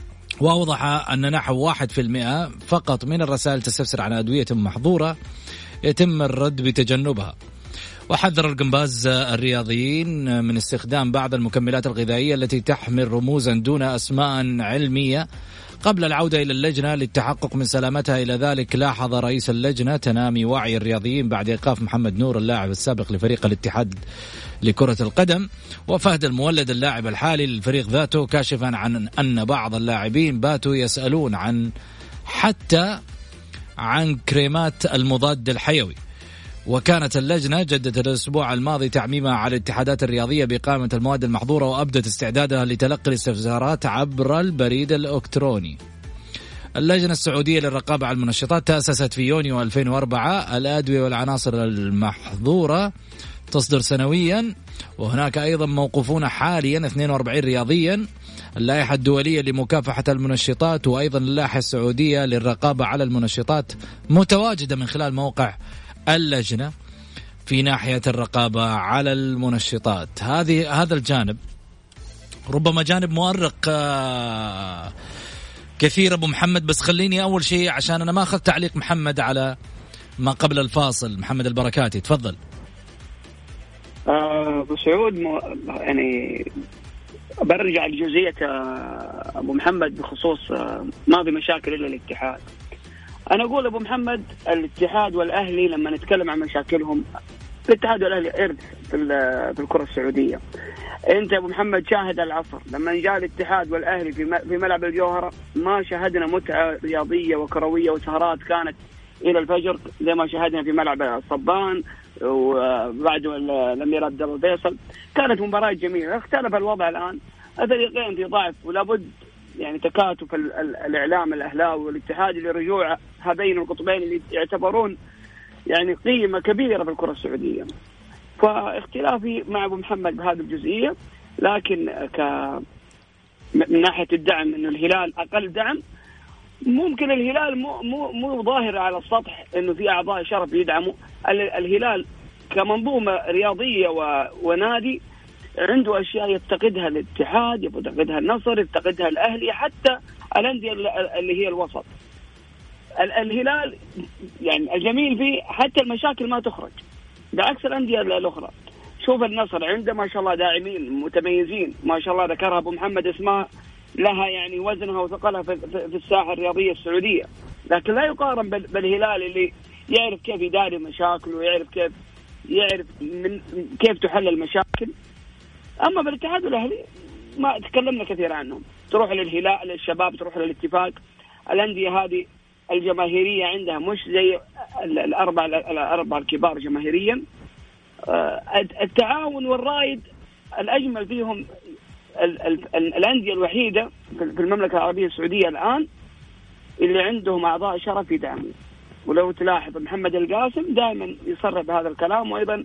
وأوضح أن نحو 1% فقط من الرسائل تستفسر عن أدوية محظورة يتم الرد بتجنبها. وحذر الجمباز الرياضيين من استخدام بعض المكملات الغذائية التي تحمل رموزا دون أسماء علمية قبل العودة إلى اللجنة للتحقق من سلامتها. إلى ذلك لاحظ رئيس اللجنة تنامي وعي الرياضيين بعد إيقاف محمد نور اللاعب السابق لفريق الاتحاد لكرة القدم، وفهد المولد اللاعب الحالي للفريق ذاته، كاشفا عن أن بعض اللاعبين باتوا يسألون حتى عن كريمات المضاد الحيوي. وكانت اللجنة جدت الأسبوع الماضي تعميمها على الاتحادات الرياضية بإقامة المواد المحظورة، وأبدت استعدادها لتلقي الاستفسارات عبر البريد الإلكتروني. اللجنة السعودية للرقابة على المنشطات تأسست في يونيو 2004. الأدوية والعناصر المحظورة تصدر سنويا، وهناك أيضا موقوفون حاليا 42 رياضيا. اللائحة الدولية لمكافحة المنشطات وأيضا اللائحة السعودية للرقابة على المنشطات متواجدة من خلال موقع اللجنة في ناحية الرقابة على المنشطات. هذا الجانب ربما جانب مؤرق كثير أبو محمد، بس خليني أول شيء عشان أنا ما أخذت تعليق محمد على ما قبل الفاصل. محمد البركاتي تفضل. أبو سعود يعني برجع لجزئية أبو محمد بخصوص ما في مشاكل إلا الاتحاد. أنا أقول أبو محمد الاتحاد والأهلي لما نتكلم عن مشاكلهم، الاتحاد والأهلي إرث في الكرة السعودية. أنت أبو محمد شاهد العصر لما جاء الاتحاد والأهلي في ملعب الجوهرة، ما شاهدنا متعة رياضية وكروية وسهرات كانت إلى الفجر زي ما شاهدنا في ملعب الصبان وبعد الأمير عبد الله الفيصل. كانت مباراة جميلة. اختلف الوضع الآن، الفريقين في ضعف، ولابد يعني تكاتف الإعلام الأهلاوي والاتحاد لرجوع هذين القطبين اللي يعتبرون يعني قيمة كبيرة في الكرة السعودية. فاختلافي مع أبو محمد بهذه الجزئية، لكن من ناحية الدعم إنه الهلال أقل دعم، ممكن الهلال مو ظاهر على السطح إنه في أعضاء شرف يدعموا الهلال كمنظومة رياضية ونادي. عنده أشياء يفتقدها الاتحاد، يفتقدها النصر، يفتقدها الأهلي، حتى الأندية اللي هي الوسط. الهلال يعني الجميل فيه حتى المشاكل ما تخرج، بعكس الأندية الأخرى. شوف النصر عنده ما شاء الله داعمين متميزين ما شاء الله، ذكرها أبو محمد اسماء لها يعني وزنها وثقلها في الساحة الرياضية السعودية، لكن لا يقارن بالهلال اللي يعرف كيف يداري مشاكله ويعرف كيف تحل المشاكل. أما بالاتحاد والأهلي ما تكلمنا كثير عنهم، تروح للهلال للشباب، تروح للاتفاق. الأندية هذه الجماهيرية عندها مش زي الأربع الكبار جماهيريا. التعاون والرائد الأجمل فيهم الأندية الوحيدة في المملكة العربية السعودية الآن اللي عندهم أعضاء شرف يدعموا. ولو تلاحظ محمد القاسم دائما يصرح بهذا الكلام، وأيضا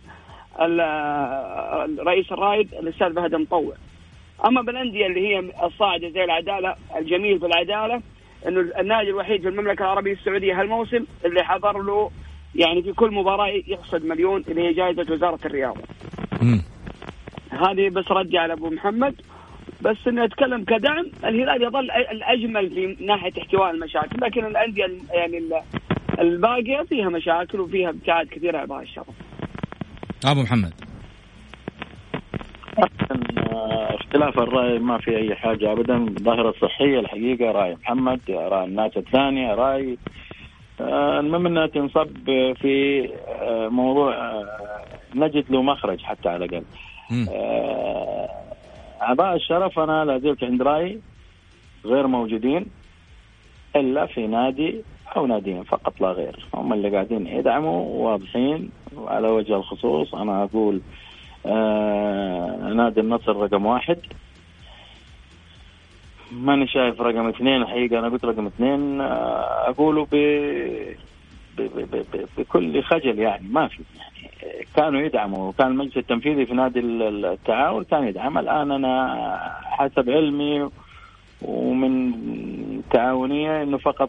الرئيس الرائد الأستاذ فهد مطوع. أما بالأندية اللي هي الصاعدة زي العدالة، الجميل في العدالة إنه النادي الوحيد في المملكة العربية السعودية هالموسم اللي حضر له يعني في كل مباراة يحصد مليون، اللي هي جائزة وزارة الرياضة. هذه بس ردي على أبو محمد. بس إنه أتكلم كدعم، الهلال يظل الأجمل في ناحية احتواء المشاكل، لكن الأندية يعني الباقية فيها مشاكل وفيها ابتعاد كثير عن بعض الشرف. أبو محمد، اختلاف الرأي ما في أي حاجة أبدا، ظاهرة صحية الحقيقة. رأي محمد، رأي الناس الثانية، رأي المهم أنها تنصب في موضوع نجد له مخرج حتى على الأقل. أعضاء الشرف أنا لازلت عند رأي غير موجودين إلا في نادي أو ناديين فقط لا غير، هم اللي قاعدين يدعموا واضحين. وعلى وجه الخصوص أنا أقول نادي النصر رقم 1، ماني شايف رقم 2 الحقيقة. أنا قلت رقم 2 أقوله بكل خجل، يعني ما في، يعني كانوا يدعموا، وكان المجلس التنفيذي في نادي التعاون كان يدعم. الآن أنا حسب علمي ومن تعاونية إنه فقط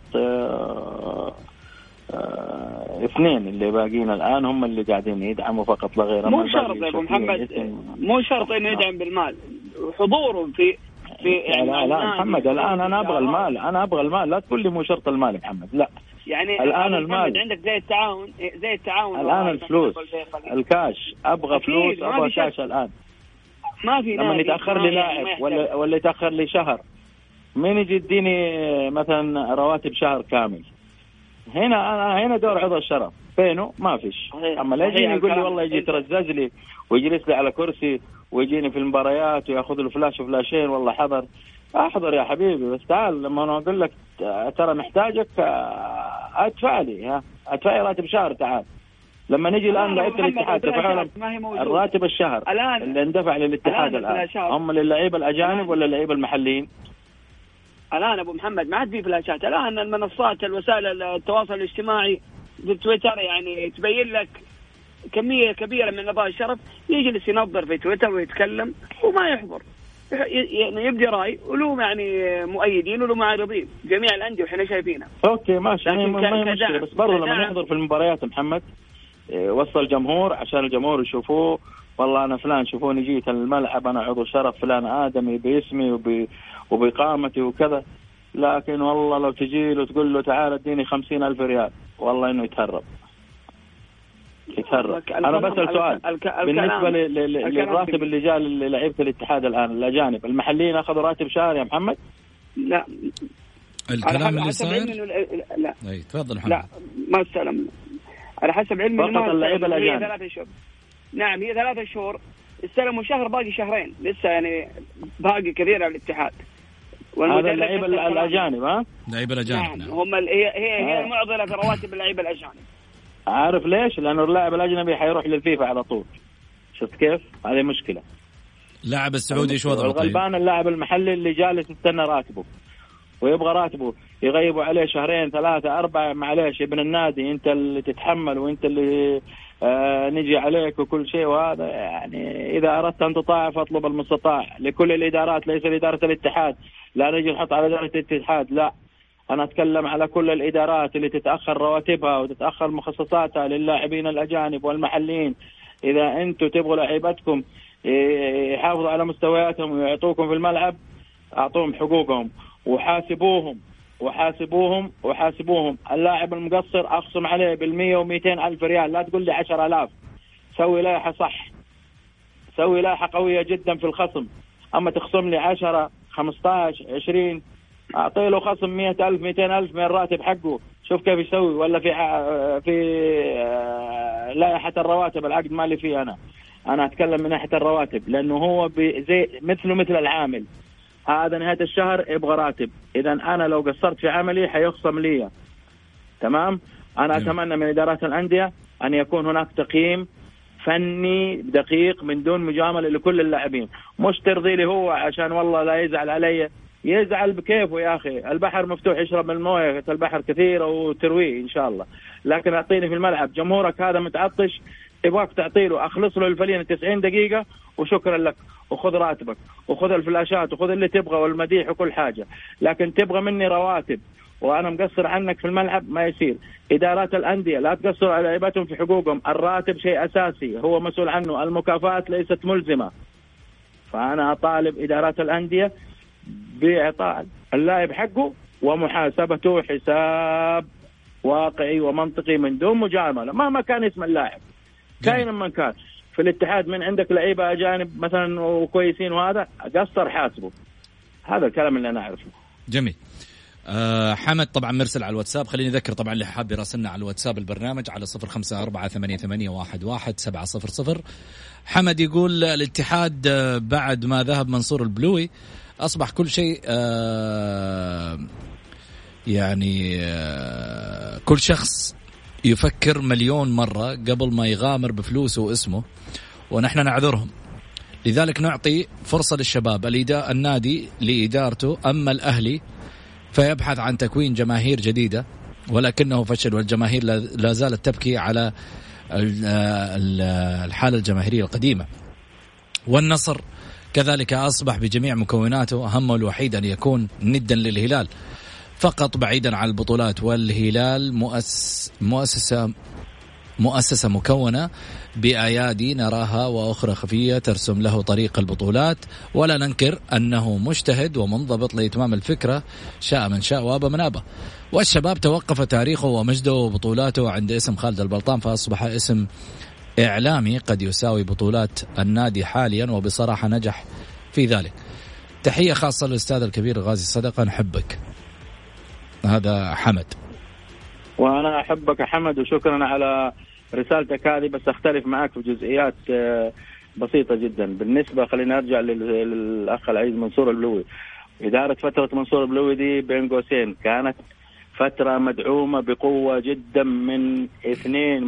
2 اللي باقين الآن هم اللي قاعدين يدعموا فقط لا غير. مو شرط يا أبو محمد، مو شرط إنه يدعم بالمال، حضوره في لا محمد الآن أنا أبغى المال، لا تقول لي مو شرط المال محمد، لا يعني الآن المال عندك زي التعاون الآن الفلوس الكاش، أبغى فلوس، أبغى كاش الآن. ما في لما يتأخر لي لاعب ولا يتأخر لي شهر، مين يجي يديني مثلا رواتب شهر كامل؟ هنا دور عضو الشرف فينه ما فيش. أما لا يجيني يقول لي والله يجي يترزز لي ويجلس لي على كرسي ويجيني في المباريات ويأخذ له فلاش وفلاشين، والله أحضر يا حبيبي، بس تعال لما أنا أقول لك ترى محتاجك أدفع لي راتب شهر. تعال لما نجي الآن لعيبة الاتحاد تفعلهم الراتب الشهر اللي اندفع للاتحاد الآن هم للعيبة الأجانب ولا اللعيبة المحليين؟ الآن أبو محمد ما عاد في فلاشات. الآن المنصات الوسائل التواصل الاجتماعي في تويتر يعني تبين لك كمية كبيرة من أعضاء الشرف يجلس ينظر في تويتر ويتكلم وما يحضر، يعني يبدي رأي ولو يعني مؤيدين ولو معارضين جميع الأندية وحنا شايفينها. أوكي ماشي، يعني ما مشكلة، بس برضو لما نحضر في المباريات محمد وصل الجمهور عشان الجمهور يشوفوه والله أنا فلان شوفوني جيت الملعب أنا عضو شرف فلان آدمي باسمي وبقامتي وكذا. لكن والله لو تجي له تقول له تعال اديني 50,000 ريال والله إنه يتهرب. أنا بسأل سؤال بالنسبة للراتب اللي جاء للعيبة الاتحاد الآن الأجانب المحليين أخذوا راتب شهر يا محمد؟ لا الكلام اللي صار لا تفضل محمد. لا ما استلم على حسب علمي فقط اللعيبة الأجانب 3 شهور. نعم هي 3 شهور استلموا شهر باقي شهرين لسه يعني باقي كثير على الاتحاد. هذا اللعيبة الأجانب اللعيبة الأجانب نعم. هم هي المعضلة في رواتب اللعيبة الأجانب. عارف ليش؟ لأنه اللاعب الأجنبي حيروح للفيفا على طول. شفت كيف؟ هذه مشكلة. لاعب السعودي شو وضعه؟ الغلبان اللاعب المحلي اللي جالس يستنى راتبه ويبغى راتبه يغيبوا عليه 2 3 4 معليش ابن النادي انت اللي تتحمل وانت اللي نجي عليك وكل شيء. وهذا يعني اذا اردت ان تطاع فاطلب المستطاع لكل الادارات ليس لاداره الاتحاد. لا نجي نحط على اداره الاتحاد، لا انا اتكلم على كل الادارات اللي تتاخر رواتبها وتتاخر مخصصاتها للاعبين الاجانب والمحليين. اذا انتم تبغوا لعيبتكم يحافظوا على مستوياتهم ويعطوكم في الملعب اعطوهم حقوقهم وحاسبوهم. اللاعب المقصر اخصم عليه 100 و200 ألف ريال، لا تقول لي 10,000. سوي لائحة صح، سوي لائحة قوية جدا في الخصم. اما تخصم لي 10 15 20 اعطي له خصم 100,000 200,000 من الراتب حقه. شوف كيف يسوي. ولا في لائحة الرواتب العقد مالي فيه انا اتكلم من ناحية الرواتب لانه هو زي مثل العامل. هذا نهاية الشهر يبغى راتب، إذا أنا لو قصرت في عملي حيخصم لي. تمام. أنا أتمنى من إدارات الأندية أن يكون هناك تقييم فني دقيق من دون مجاملة لكل اللاعبين. مش ترضي لي هو عشان والله لا يزعل علي، يزعل بكيفه يا أخي. البحر مفتوح يشرب من الموية البحر كثيرة وترويه إن شاء الله. لكن أعطيني في الملعب جمهورك هذا متعطش تبغاك تعطيله أخلص له الفلين 90 دقيقة وشكرا لك وخذ راتبك وخذ الفلاشات وخذ اللي تبغى والمديح وكل حاجة. لكن تبغى مني رواتب وأنا مقصر عنك في الملعب ما يصير. إدارات الأندية لا تقصر على لعيبتهم في حقوقهم. الراتب شيء أساسي هو مسؤول عنه، المكافآت ليست ملزمة. فأنا أطالب إدارات الأندية بإعطاء اللاعب حقه ومحاسبته حساب واقعي ومنطقي من دون مجاملة مهما كان اسم اللاعب كائنا من كان. في الاتحاد من عندك لعيبة أجانب مثلا وكويسين وهذا قصر حاسبه. هذا الكلام اللي أنا أعرفه. جميل. حمد طبعا مرسل على الواتساب. خليني أذكر طبعا اللي حاب يراسلنا على الواتساب البرنامج على 0548811700. حمد يقول الاتحاد بعد ما ذهب منصور البلوي أصبح كل شيء يعني كل شخص يفكر مليون مرة قبل ما يغامر بفلوسه واسمه، ونحن نعذرهم. لذلك نعطي فرصة للشباب. النادي لإدارته، أما الأهلي فيبحث عن تكوين جماهير جديدة ولكنه فشل، والجماهير لا زالت تبكي على الحالة الجماهيرية القديمة. والنصر كذلك أصبح بجميع مكوناته همه الوحيد أن يكون ندا للهلال فقط بعيدا عن البطولات. والهلال مؤسسة مؤسسة مكونة بأيادي نراها وأخرى خفية ترسم له طريق البطولات، ولا ننكر أنه مجتهد ومنضبط لإتمام الفكرة، شاء من شاء وأبى من أبى. والشباب توقف تاريخه ومجده وبطولاته عند اسم خالد البلطان، فأصبح اسم إعلامي قد يساوي بطولات النادي حاليا، وبصراحة نجح في ذلك. تحية خاصة للأستاذ الكبير غازي صدقة، نحبك. هذا حمد. وأنا أحبك حمد، وشكرا على رسالتك هذه، بس أختلف معك في جزئيات بسيطة جدا. بالنسبة خلينا نرجع للأخ العزيز منصور البلوي. إدارة فترة منصور البلوي دي بين قوسين كانت فترة مدعومة بقوة جدا من 2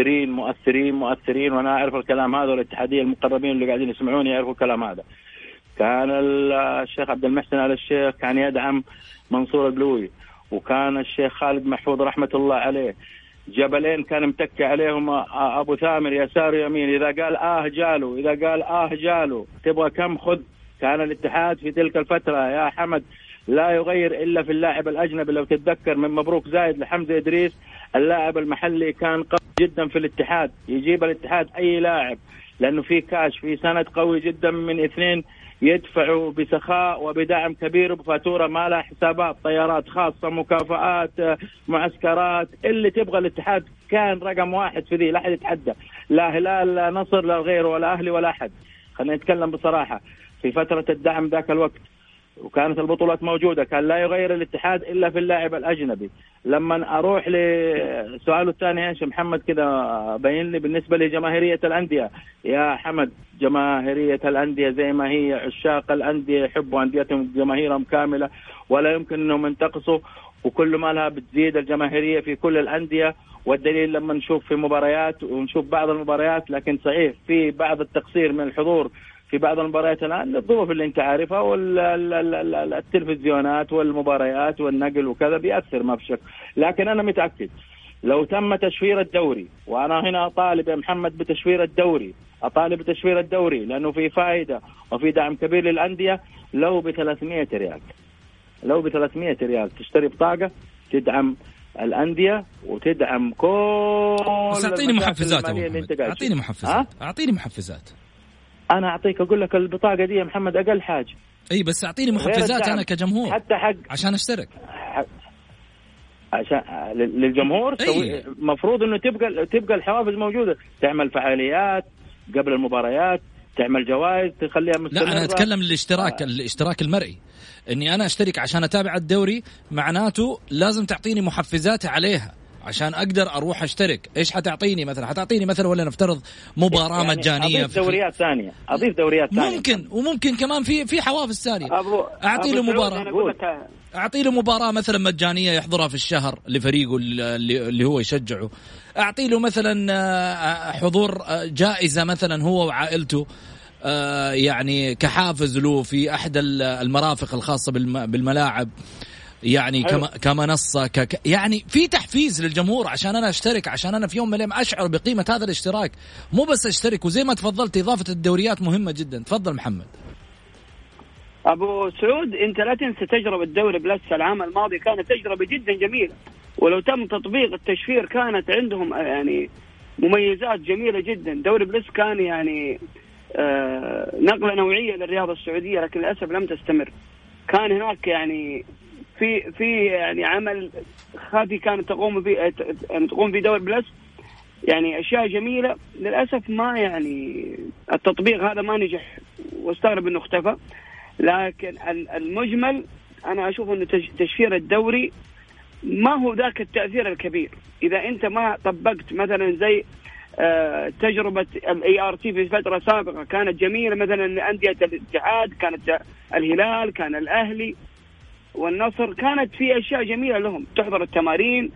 مؤثرين، وأنا أعرف الكلام هذا، والاتحادية المقربين اللي قاعدين يسمعوني يعرفوا الكلام هذا. كان الشيخ عبد المحسن آل الشيخ كان يدعم منصور البلوي، وكان الشيخ خالد محفوظ رحمة الله عليه جبلين كان متكي عليهم أبو ثامر يسار يمين، إذا قال جالو، إذا قال جالو، تبغى كم خذ. كان الاتحاد في تلك الفترة يا حمد لا يغير إلا في اللاعب الأجنبي. لو تتذكر من مبروك زايد لحمزة إدريس، اللاعب المحلي كان قوي جدا في الاتحاد، يجيب الاتحاد أي لاعب لأنه في كاش، في سند قوي جدا من 2 يدفعوا بسخاء وبدعم كبير بفاتورة ما لها حسابات، طيارات خاصة، مكافآت، معسكرات، اللي تبغى الاتحاد كان رقم 1 في ذي، لا أحد يتحدى، لا هلال لا نصر لا غيره ولا أهلي ولا أحد. خلينا نتكلم بصراحة في فترة الدعم ذاك الوقت، وكانت البطولات موجودة، كان لا يغير الاتحاد إلا في اللاعب الأجنبي. لما أروح لسؤاله الثاني إيش محمد كذا بين لي بالنسبة لجماهيرية الأندية. يا حمد جماهيرية الأندية زي ما هي، عشاق الأندية يحبوا أنديتهم جماهيرهم كاملة ولا يمكن أنهم ينتقصوا، وكل ما لها بتزيد الجماهيرية في كل الأندية. والدليل لما نشوف في مباريات ونشوف بعض المباريات، لكن صحيح في بعض التقصير من الحضور في بعض المباريات الآن، الظروف اللي انت عارفها والتلفزيونات والمباريات والنقل وكذا بيأثر ما في شك. لكن أنا متأكد لو تم تشفير الدوري، وأنا هنا أطالب يا محمد بتشفير الدوري، أطالب بتشفير الدوري لأنه في فائدة وفي دعم كبير للأندية. لو ب300 ريال، لو ب300 ريال تشتري بطاقة تدعم الأندية وتدعم كل. بس أعطيني محفزات، أعطيني محفزات، أعطيني محفزات. أنا أعطيك أقول لك البطاقة دي يا محمد أقل حاجة. أي بس أعطيني محفزات أنا كجمهور حتى حق عشان أشترك، عشان للجمهور. مفروض إنه تبقى الحوافز موجودة، تعمل فعاليات قبل المباريات، تعمل جوائز تخليها مستمرة. لا أنا أتكلم الاشتراك المرئي، إني أنا أشترك عشان أتابع الدوري، معناته لازم تعطيني محفزات عليها عشان أقدر أروح أشترك. إيش حتعطيني مثلا؟ حتعطيني مثلا ولا نفترض مباراة يعني مجانية، أضيف دوريات ثانية، أضيف دوريات ثانية ممكن، وممكن كمان في حوافز ثانية. أعطي له مباراة، أعطي له مباراة مثلا مجانية يحضرها في الشهر لفريقه اللي هو يشجعه. أعطي له مثلا حضور جائزة مثلا هو وعائلته، يعني كحافز له في أحد المرافق الخاصة بالملاعب، يعني كمنصة يعني في تحفيز للجمهور عشان أنا أشترك، عشان أنا في يوم من الأيام أشعر بقيمة هذا الاشتراك، مو بس أشترك. وزي ما تفضلت إضافة الدوريات مهمة جدا. تفضل محمد. أبو سعود، أنت لا تنسى تجربة الدوري بلس العام الماضي، كانت تجربة جدا جميلة، ولو تم تطبيق التشفير كانت عندهم يعني مميزات جميلة جدا. دوري بلس كان يعني نقلة نوعية للرياضة السعودية، لكن للأسف لم تستمر. كان هناك يعني في يعني عمل خافي كانت تقوم في دوري بلس، يعني أشياء جميلة. للأسف ما يعني التطبيق هذا ما نجح، واستغرب إنه اختفى. لكن المجمل أنا أشوف إنه تشفير الدوري ما هو ذاك التأثير الكبير إذا أنت ما طبقت مثلا زي تجربة ART في فترة سابقة كانت جميلة. مثلا أندية الاتحاد، كانت الهلال، كان الأهلي والنصر، كانت في أشياء جميلة لهم، تحضر التمارين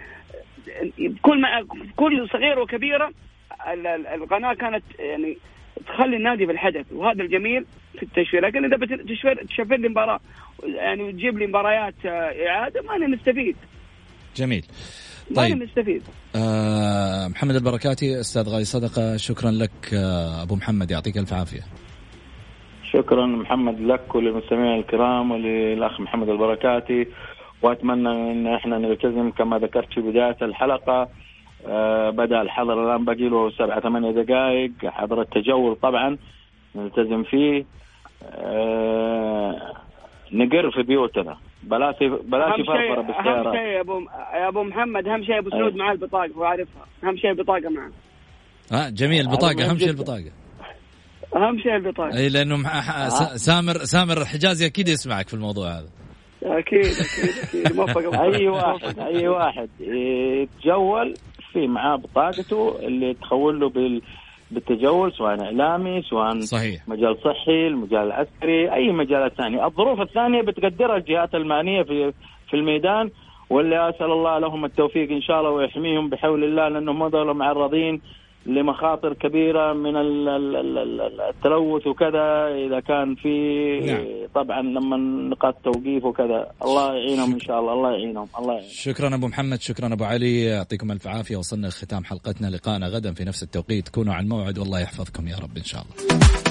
كل صغيرة وكبيرة. القناة كانت يعني تخلي النادي بالحدث، وهذا الجميل في التشفير. لكن إذا تشفر لي مباراة يعني تجيب لي مباريات إعادة ما نستفيد. جميل. طيب نستفيد. محمد البركاتي، أستاذ غازي صدقة، شكرا لك أبو محمد، يعطيك ألف عافية. شكرا محمد لك وللمستمعين الكرام وللأخ محمد البركاتي، وأتمنى أن احنا نلتزم كما ذكرت في بداية الحلقة بدأ الحظر الآن باقي له 7-8 دقائق. حظر التجول طبعا نلتزم فيه، نقر في بيوتنا، بلاش فرفرة بالسيارات. أهم شيء يا أبو محمد، أهم شيء أبو سعود معاه البطاقة وعارفها، أهم شيء البطاقة معه. جميل، البطاقة أهم شيء، البطاقة أهم شيء البطاقة. أي لأنه سامر حجازي أكيد يسمعك في الموضوع هذا. أكيد أي واحد يتجول في معاه بطاقته اللي تخول له بالتجول، سواء إعلامي، سواء صحيح مجال صحي، المجال العسكري، أي مجالات ثانية. الظروف الثانية بتقدرها الجهات المعنية في الميدان، واللي أسأل الله لهم التوفيق إن شاء الله ويحميهم بحول الله، لأنهم ما ظلوا معرضين لمخاطر كبيرة من التلوث وكذا. إذا كان في طبعا لما نقاط توقيف وكذا، الله يعينهم إن شاء الله، الله يعينهم. شكرا أبو محمد، شكرا أبو علي، يعطيكم ألف عافية. وصلنا لختام حلقتنا، لقاءنا غدا في نفس التوقيت، كونوا على الموعد والله يحفظكم يا رب إن شاء الله.